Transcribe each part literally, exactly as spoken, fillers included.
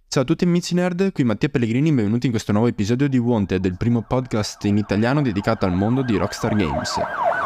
Ciao a tutti amici nerd, qui Mattia Pellegrini, benvenuti in questo nuovo episodio di Wanted, il primo podcast in italiano dedicato al mondo di Rockstar Games.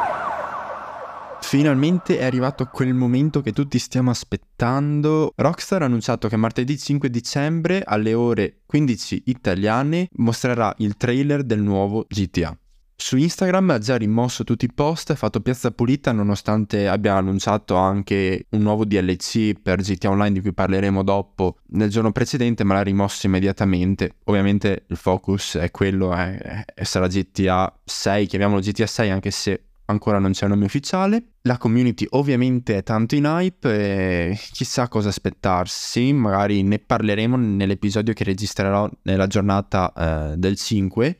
Finalmente è arrivato quel momento che tutti stiamo aspettando. Rockstar ha annunciato che martedì cinque dicembre alle ore quindici italiane mostrerà il trailer del nuovo G T A. Su Instagram ha già rimosso tutti i post e fatto piazza pulita nonostante abbia annunciato anche un nuovo D L C per G T A Online di cui parleremo dopo nel giorno precedente, ma l'ha rimosso immediatamente. Ovviamente il focus è quello, è, è sarà G T A sei, chiamiamolo G T A sei anche se ancora non c'è un nome ufficiale. La community ovviamente è tanto in hype e chissà cosa aspettarsi, magari ne parleremo nell'episodio che registrerò nella giornata eh, del cinque.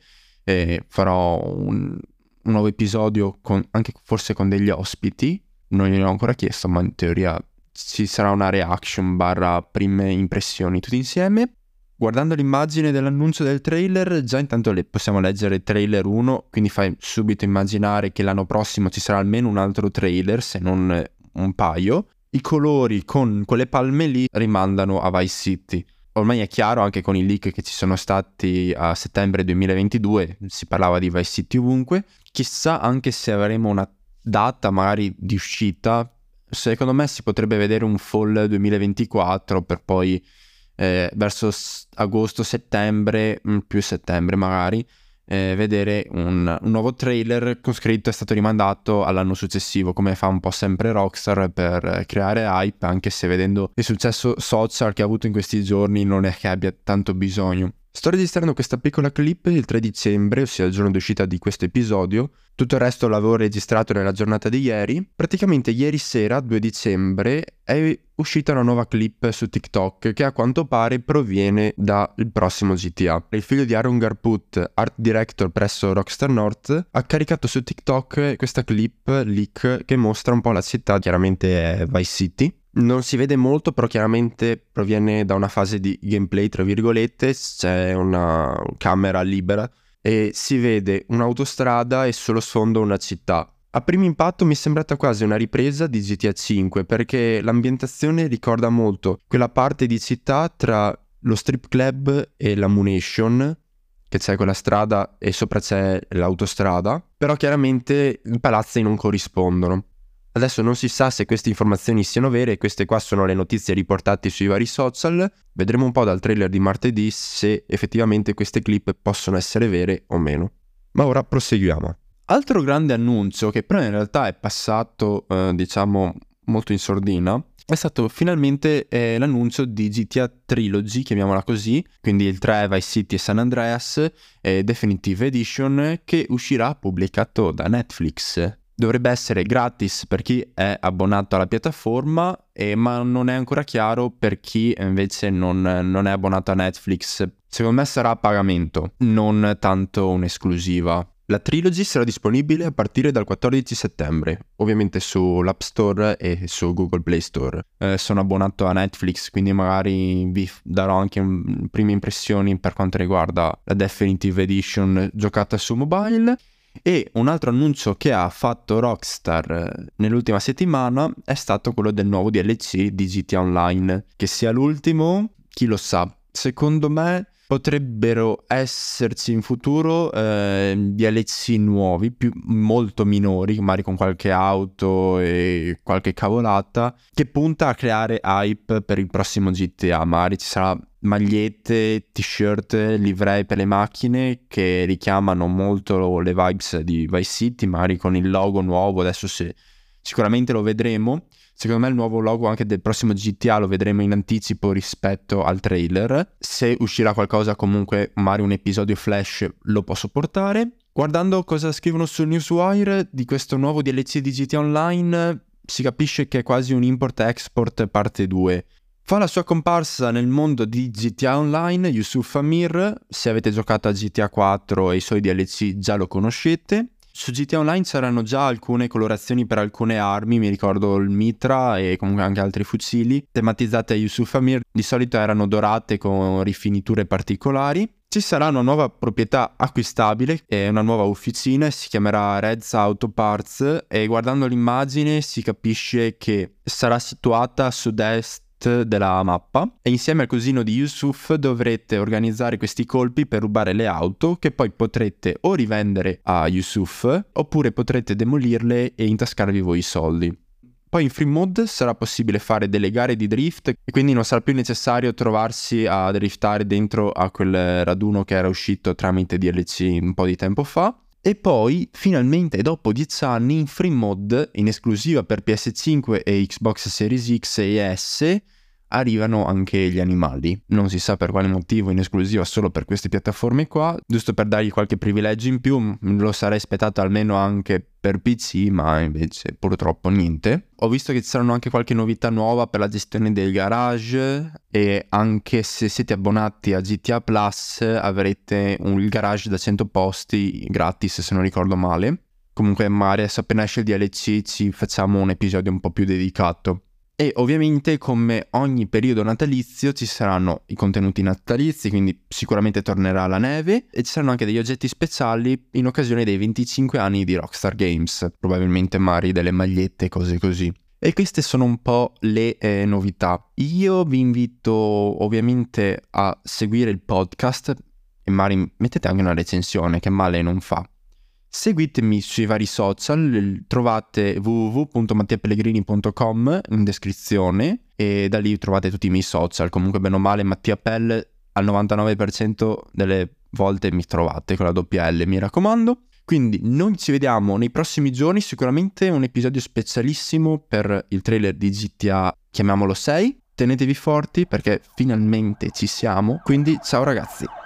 E farò un, un nuovo episodio con, anche forse con degli ospiti, non gliel'ho ancora chiesto, ma in teoria ci sarà una reaction barra prime impressioni tutti insieme. Guardando l'immagine dell'annuncio del trailer, già intanto le possiamo leggere trailer uno, quindi fai subito immaginare che l'anno prossimo ci sarà almeno un altro trailer, se non un paio. I colori con quelle palme lì rimandano a Vice City. Ormai è chiaro anche con i leak che ci sono stati a settembre duemilaventidue, si parlava di Vice City ovunque. Chissà anche se avremo una data magari di uscita. Secondo me si potrebbe vedere un fall duemilaventiquattro per poi eh, verso agosto-settembre, più settembre magari, eh, vedere un, un nuovo trailer con scritto è stato rimandato all'anno successivo, come fa un po' sempre Rockstar per creare hype, anche se vedendo il successo social che ha avuto in questi giorni non è che abbia tanto bisogno. Sto registrando questa piccola clip il tre dicembre, ossia il giorno d'uscita di questo episodio. Tutto il resto l'avevo registrato nella giornata di ieri. Praticamente ieri sera, due dicembre, è uscita una nuova clip su TikTok che a quanto pare proviene dal prossimo G T A. Il figlio di Aaron Garput, art director presso Rockstar North, ha caricato su TikTok questa clip leak che mostra un po' la città, chiaramente è Vice City. Non si vede molto, però chiaramente proviene da una fase di gameplay, tra virgolette, c'è una camera libera e si vede un'autostrada e sullo sfondo una città. A primo impatto mi è sembrata quasi una ripresa di G T A cinque perché l'ambientazione ricorda molto quella parte di città tra lo strip club e la Munition, che c'è quella strada e sopra c'è l'autostrada, però chiaramente i palazzi non corrispondono. Adesso non si sa se queste informazioni siano vere, queste qua sono le notizie riportate sui vari social. Vedremo un po' dal trailer di martedì se effettivamente queste clip possono essere vere o meno. Ma ora proseguiamo. Altro grande annuncio che però in realtà è passato, eh, diciamo, molto in sordina, è stato finalmente eh, l'annuncio di G T A Trilogy, chiamiamola così, quindi il tre, Vice City e San Andreas, eh, Definitive Edition, che uscirà pubblicato da Netflix. Dovrebbe essere gratis per chi è abbonato alla piattaforma, eh, ma non è ancora chiaro per chi invece non, non è abbonato a Netflix. Secondo me sarà a pagamento, non tanto un'esclusiva. La Trilogy sarà disponibile a partire dal quattordici settembre, ovviamente sull'App Store e su Google Play Store. Eh, sono abbonato a Netflix, quindi magari vi darò anche un, prime impressioni per quanto riguarda la Definitive Edition giocata su mobile. E un altro annuncio che ha fatto Rockstar nell'ultima settimana è stato quello del nuovo D L C di G T A Online. Che sia l'ultimo, chi lo sa. Secondo me potrebbero esserci in futuro eh, D L C nuovi, più, molto minori, magari con qualche auto e qualche cavolata, che punta a creare hype per il prossimo G T A. Magari ci sarà magliette, t-shirt, livrei per le macchine che richiamano molto le vibes di Vice City, magari con il logo nuovo. Adesso se sicuramente lo vedremo. Secondo me il nuovo logo anche del prossimo G T A lo vedremo in anticipo rispetto al trailer. Se uscirà qualcosa, comunque magari un episodio flash lo posso portare. Guardando cosa scrivono sul Newswire di questo nuovo D L C di G T A Online, si capisce che è quasi un import-export parte due. Fa la sua comparsa nel mondo di G T A Online Yusuf Amir. Se avete giocato a G T A quattro e i suoi D L C già lo conoscete. Su G T A Online c'erano già alcune colorazioni per alcune armi, mi ricordo il Mitra e comunque anche altri fucili, tematizzate a Yusuf Amir, di solito erano dorate con rifiniture particolari. Ci sarà una nuova proprietà acquistabile e una nuova officina, si chiamerà Reds Auto Parts e guardando l'immagine si capisce che sarà situata a sud-est drift della mappa e insieme al cugino di Yusuf dovrete organizzare questi colpi per rubare le auto che poi potrete o rivendere a Yusuf oppure potrete demolirle e intascarvi voi i soldi. Poi in free mode sarà possibile fare delle gare di drift e quindi non sarà più necessario trovarsi a driftare dentro a quel raduno che era uscito tramite D L C un po' di tempo fa. E poi finalmente dopo dieci anni in free mode, in esclusiva per P S cinque e Xbox Series X e S, arrivano anche gli animali. Non si sa per quale motivo, in esclusiva solo per queste piattaforme qua, giusto per dargli qualche privilegio in più. Lo sarei aspettato almeno anche per P C, ma invece purtroppo niente. Ho visto che ci saranno anche qualche novità nuova per la gestione del garage e anche se siete abbonati a G T A Plus avrete un garage da cento posti gratis, se non ricordo male. Comunque magari adesso appena esce il D L C ci facciamo un episodio un po' più dedicato. E ovviamente come ogni periodo natalizio ci saranno i contenuti natalizi, quindi sicuramente tornerà la neve e ci saranno anche degli oggetti speciali in occasione dei venticinque anni di Rockstar Games, probabilmente magari delle magliette, cose così. E queste sono un po' le eh, novità. Io vi invito ovviamente a seguire il podcast e magari mettete anche una recensione, che male non fa. Seguitemi sui vari social, trovate w w w punto mattia pellegrini punto com in descrizione e da lì trovate tutti i miei social. Comunque bene o male Mattia Pell al novantanove per cento delle volte mi trovate con la doppia L, mi raccomando. Quindi noi ci vediamo nei prossimi giorni, sicuramente un episodio specialissimo per il trailer di G T A, chiamiamolo sei. Tenetevi forti perché finalmente ci siamo, quindi ciao ragazzi.